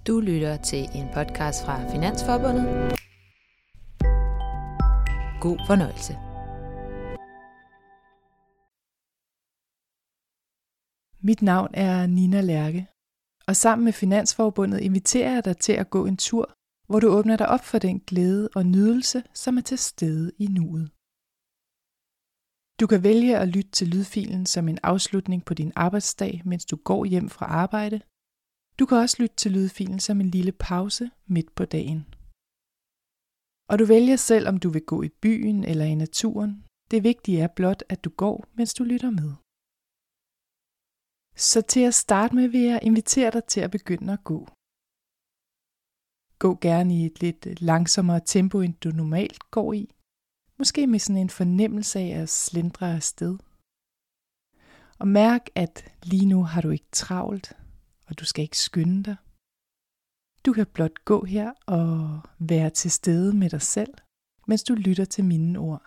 Du lytter til en podcast fra Finansforbundet. God fornøjelse. Mit navn er Nina Lærke, og sammen med Finansforbundet inviterer jeg dig til at gå en tur, hvor du åbner dig op for den glæde og nydelse, som er til stede i nuet. Du kan vælge at lytte til lydfilen som en afslutning på din arbejdsdag, mens du går hjem fra arbejde. Du kan også lytte til lydfilen som en lille pause midt på dagen. Og du vælger selv, om du vil gå i byen eller i naturen. Det vigtige er blot, at du går, mens du lytter med. Så til at starte med vil jeg invitere dig til at begynde at gå. Gå gerne i et lidt langsommere tempo, end du normalt går i. Måske med sådan en fornemmelse af at slendre afsted. Og mærk, at lige nu har du ikke travlt, og du skal ikke skynde dig. Du kan blot gå her og være til stede med dig selv, mens du lytter til mine ord.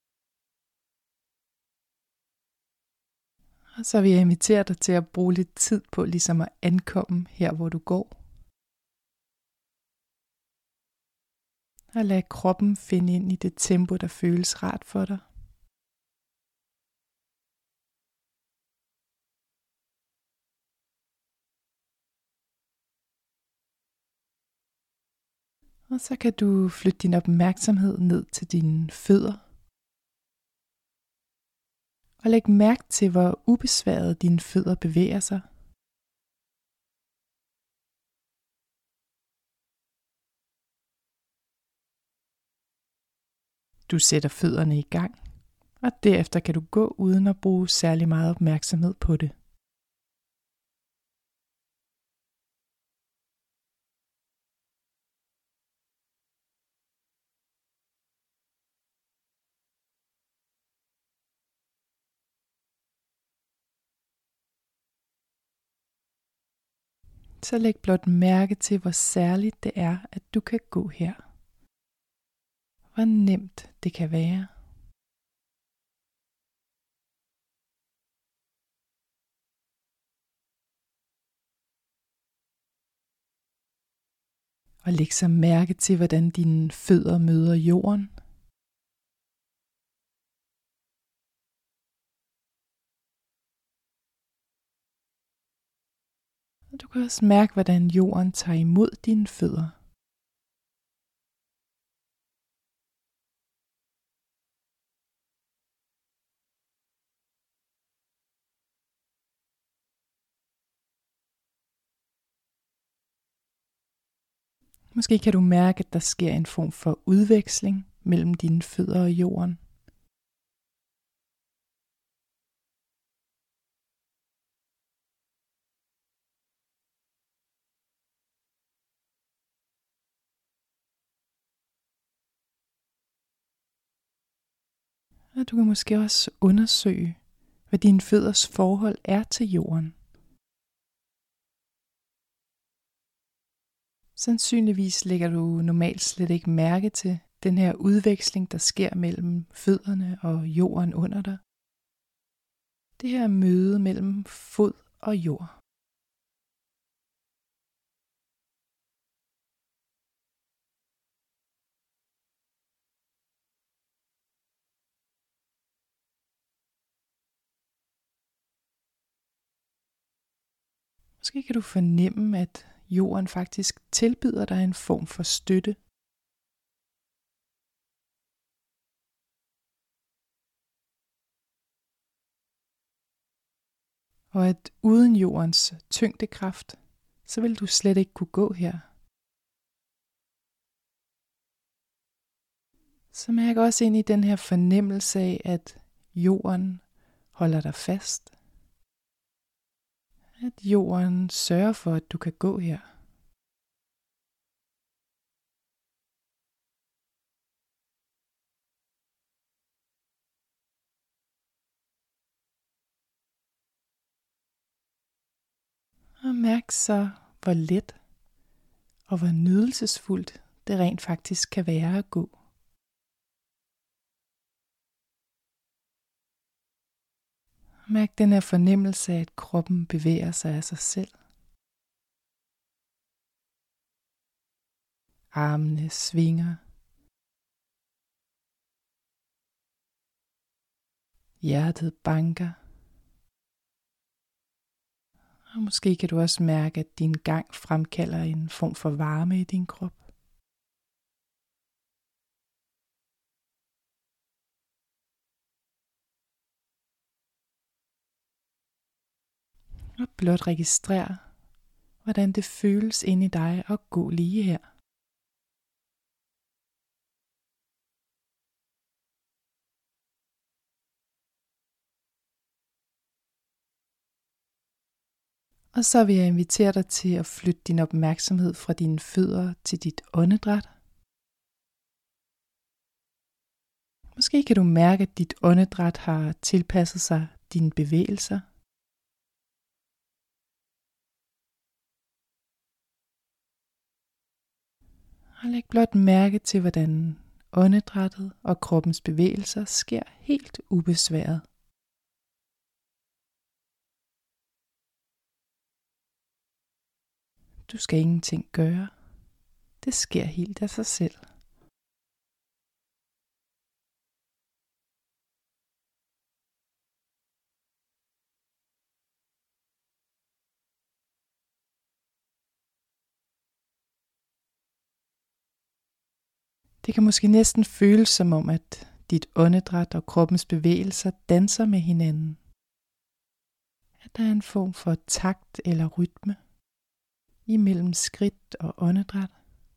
Og så vil jeg invitere dig til at bruge lidt tid på ligesom at ankomme her, hvor du går. Og lad kroppen finde ind i det tempo, der føles rart for dig. Og så kan du flytte din opmærksomhed ned til dine fødder. Og læg mærke til, hvor ubesværet dine fødder bevæger sig. Du sætter fødderne i gang, og derefter kan du gå uden at bruge særlig meget opmærksomhed på det. Så læg blot mærke til, hvor særligt det er, at du kan gå her. Hvor nemt det kan være. Og læg så mærke til, hvordan dine fødder møder jorden. Og du kan også mærke, hvordan jorden tager imod dine fødder. Måske kan du mærke, at der sker en form for udveksling mellem dine fødder og jorden. Og du kan måske også undersøge, hvad dine fødders forhold er til jorden. Sandsynligvis lægger du normalt slet ikke mærke til den her udveksling, der sker mellem fødderne og jorden under dig. Det her møde mellem fod og jord. Måske kan du fornemme, at jorden faktisk tilbyder dig en form for støtte. Og at uden jordens tyngdekraft, så vil du slet ikke kunne gå her. Så mærk også ind i den her fornemmelse af, at jorden holder dig fast. At jorden sørger for, at du kan gå her. Og mærk så, hvor let og hvor nydelsesfuldt det rent faktisk kan være at gå. Mærk den her fornemmelse af, at kroppen bevæger sig af sig selv. Armene svinger. Hjertet banker. Og måske kan du også mærke, at din gang fremkalder en form for varme i din krop. Og blot registrer, hvordan det føles inde i dig at gå lige her. Og så vil jeg invitere dig til at flytte din opmærksomhed fra dine fødder til dit åndedræt. Måske kan du mærke, at dit åndedræt har tilpasset sig dine bevægelser. Og læg blot mærke til, hvordan åndedrættet og kroppens bevægelser sker helt ubesværet. Du skal ingenting gøre. Det sker helt af sig selv. Det kan måske næsten føles som om, at dit åndedræt og kroppens bevægelser danser med hinanden. At der er en form for takt eller rytme imellem skridt og åndedræt.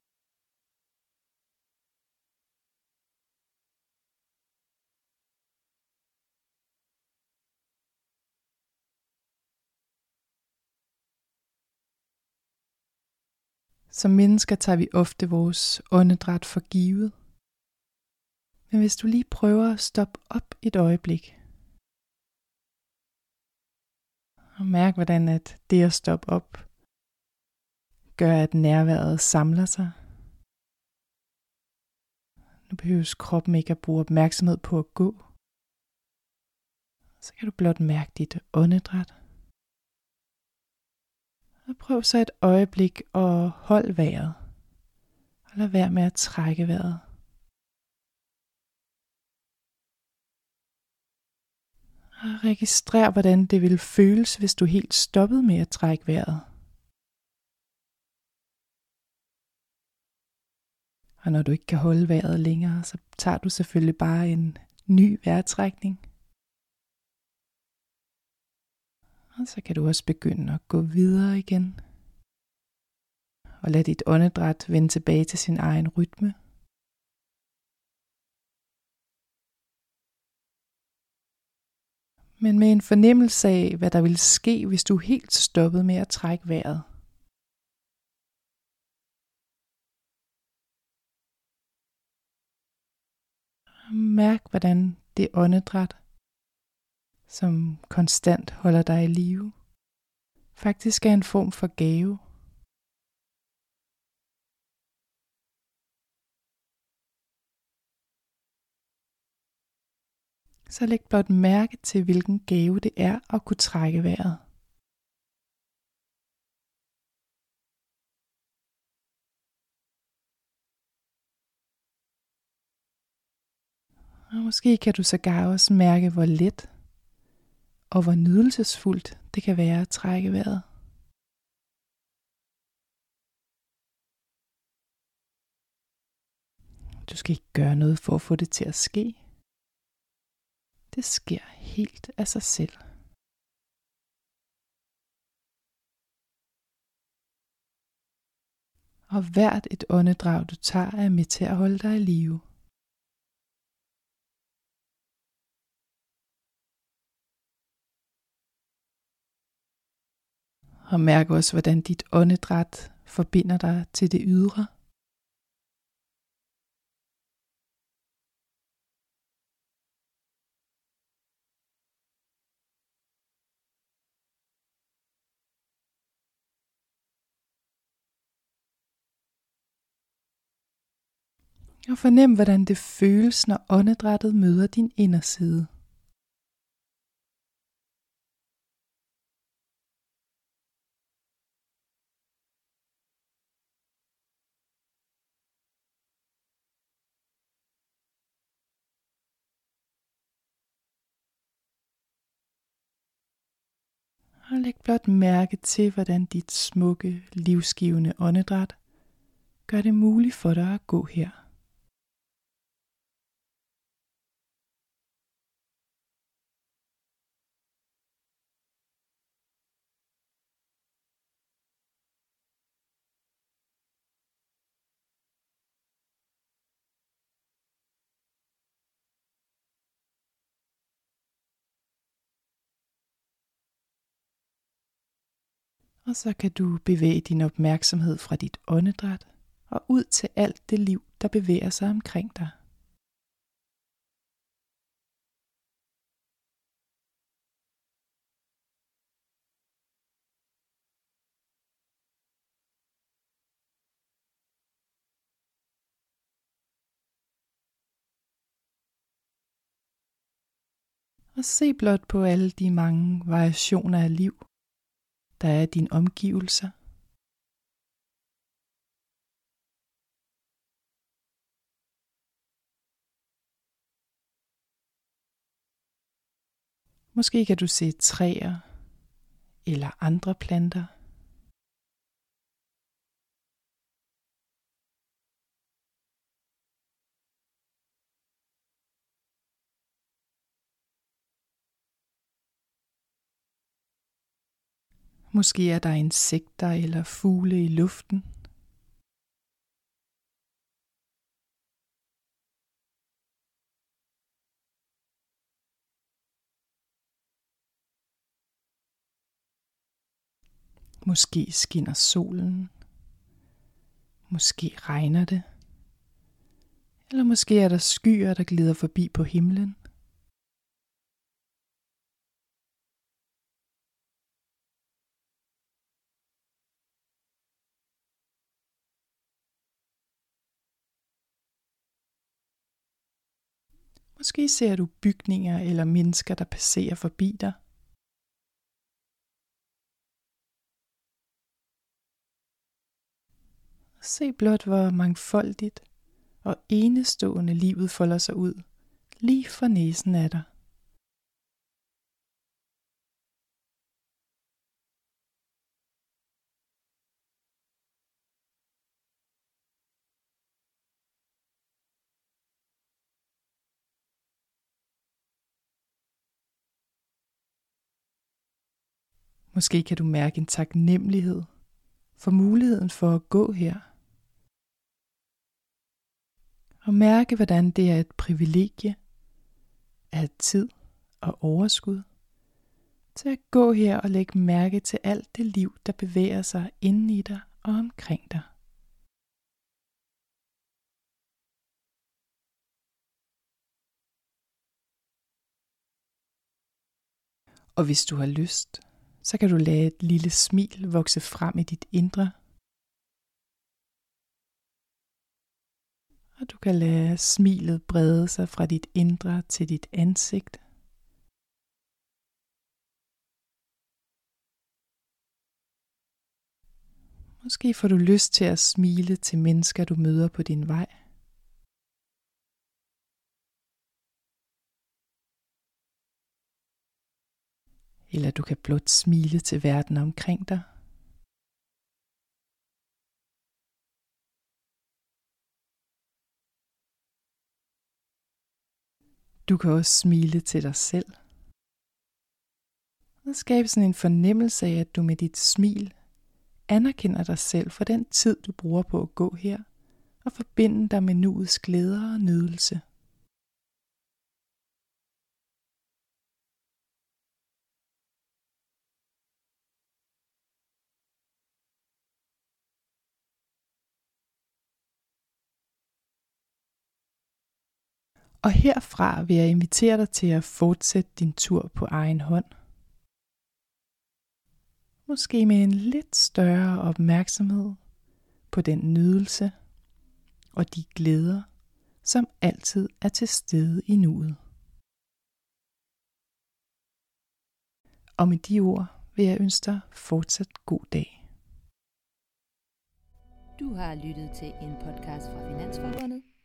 Som mennesker tager vi ofte vores åndedræt for givet. Men hvis du lige prøver at stoppe op et øjeblik, og mærk hvordan at det at stoppe op, gør at nærværet samler sig. Nu behøves kroppen ikke at bruge opmærksomhed på at gå. Så kan du blot mærke dit åndedræt. Og prøv så et øjeblik at holde vejret. Og lad være med at trække vejret. Og registrer, hvordan det vil føles, hvis du helt stoppede med at trække vejret. Og når du ikke kan holde vejret længere, så tager du selvfølgelig bare en ny vejrtrækning. Og så kan du også begynde at gå videre igen. Og lad dit åndedræt vende tilbage til sin egen rytme. Men med en fornemmelse af, hvad der ville ske, hvis du helt stoppede med at trække vejret. Mærk, hvordan det åndedræt, som konstant holder dig i live, faktisk er en form for gave. Så læg blot mærke til, hvilken gave det er at kunne trække vejret. Og måske kan du sågar også mærke, hvor let og hvor nydelsesfuldt det kan være at trække vejret. Du skal ikke gøre noget for at få det til at ske. Det sker helt af sig selv. Og hvert et åndedrag du tager er med til at holde dig i live. Og mærk også, hvordan dit åndedræt forbinder dig til det ydre. Og fornem, hvordan det føles, når åndedrættet møder din inderside. Og læg blot mærke til, hvordan dit smukke, livsgivende åndedræt gør det muligt for dig at gå her. Og så kan du bevæge din opmærksomhed fra dit åndedræt og ud til alt det liv, der bevæger sig omkring dig. Og se blot på alle de mange variationer af liv, der er i dine omgivelser. Måske kan du se træer eller andre planter. Måske er der insekter eller fugle i luften. Måske skinner solen. Måske regner det. Eller måske er der skyer, der glider forbi på himlen. Måske ser du bygninger eller mennesker, der passerer forbi dig. Se blot, hvor mangfoldigt og enestående livet folder sig ud, lige for næsen af dig. Måske kan du mærke en taknemmelighed for muligheden for at gå her. Og mærke, hvordan det er et privilegie at have tid og overskud til at gå her og lægge mærke til alt det liv, der bevæger sig inde i dig og omkring dig. Og hvis du har lyst, så kan du lade et lille smil vokse frem i dit indre. Og du kan lade smilet brede sig fra dit indre til dit ansigt. Måske får du lyst til at smile til mennesker, du møder på din vej. Eller du kan blot smile til verden omkring dig. Du kan også smile til dig selv. Og skabe sådan en fornemmelse af, at du med dit smil anerkender dig selv for den tid, du bruger på at gå her, og forbinde dig med nuets glæder og nydelse. Og herfra vil jeg invitere dig til at fortsætte din tur på egen hånd. Måske med en lidt større opmærksomhed på den nydelse og de glæder, som altid er til stede i nuet. Og med de ord vil jeg ønske dig fortsat god dag. Du har lyttet til en podcast fra Finansforbundet.